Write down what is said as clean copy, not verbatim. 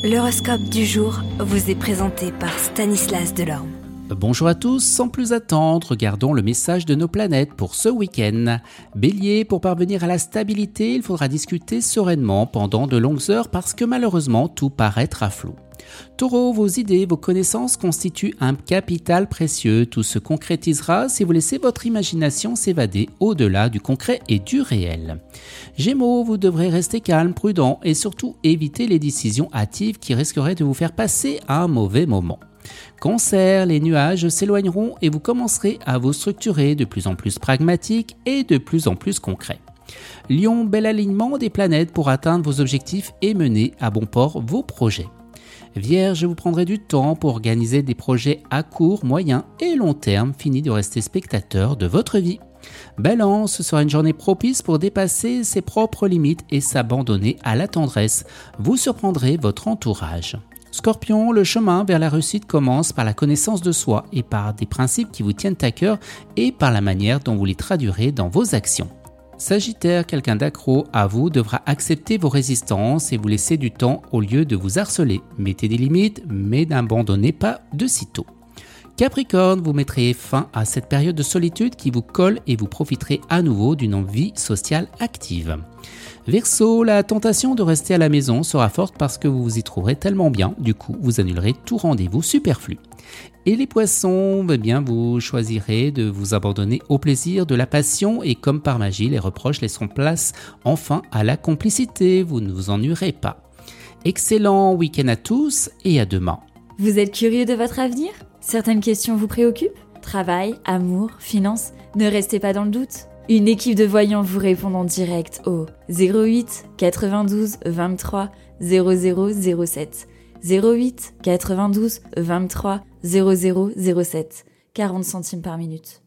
L'horoscope du jour vous est présenté par Stanislas Delorme. Bonjour à tous, sans plus attendre, regardons le message de nos planètes pour ce week-end. Bélier, pour parvenir à la stabilité, il faudra discuter sereinement pendant de longues heures parce que malheureusement tout paraîtra flou. Taureau, vos idées, vos connaissances constituent un capital précieux. Tout se concrétisera si vous laissez votre imagination s'évader au-delà du concret et du réel. Gémeaux, vous devrez rester calme, prudent et surtout éviter les décisions hâtives qui risqueraient de vous faire passer un mauvais moment. Cancer, les nuages s'éloigneront et vous commencerez à vous structurer de plus en plus pragmatique et de plus en plus concret. Lion, bel alignement des planètes pour atteindre vos objectifs et mener à bon port vos projets. Vierge, vous prendrez du temps pour organiser des projets à court, moyen et long terme, fini de rester spectateur de votre vie. Balance, ce sera une journée propice pour dépasser ses propres limites et s'abandonner à la tendresse. Vous surprendrez votre entourage. Scorpion, le chemin vers la réussite commence par la connaissance de soi et par des principes qui vous tiennent à cœur et par la manière dont vous les traduirez dans vos actions. Sagittaire, quelqu'un d'accro à vous devra accepter vos résistances et vous laisser du temps au lieu de vous harceler. Mettez des limites, mais n'abandonnez pas de sitôt. Capricorne, vous mettrez fin à cette période de solitude qui vous colle et vous profiterez à nouveau d'une vie sociale active. Verseau, la tentation de rester à la maison sera forte parce que vous vous y trouverez tellement bien, du coup vous annulerez tout rendez-vous superflu. Et les poissons, vous choisirez de vous abandonner au plaisir de la passion et comme par magie, les reproches laisseront place enfin à la complicité, vous ne vous ennuierez pas. Excellent week-end à tous et à demain. Vous êtes curieux de votre avenir ? Certaines questions vous préoccupent ? Travail, amour, finances ? Ne restez pas dans le doute. Une équipe de voyants vous répond en direct au 08 92 23 0007. 08 92 23 0007. 40 centimes par minute.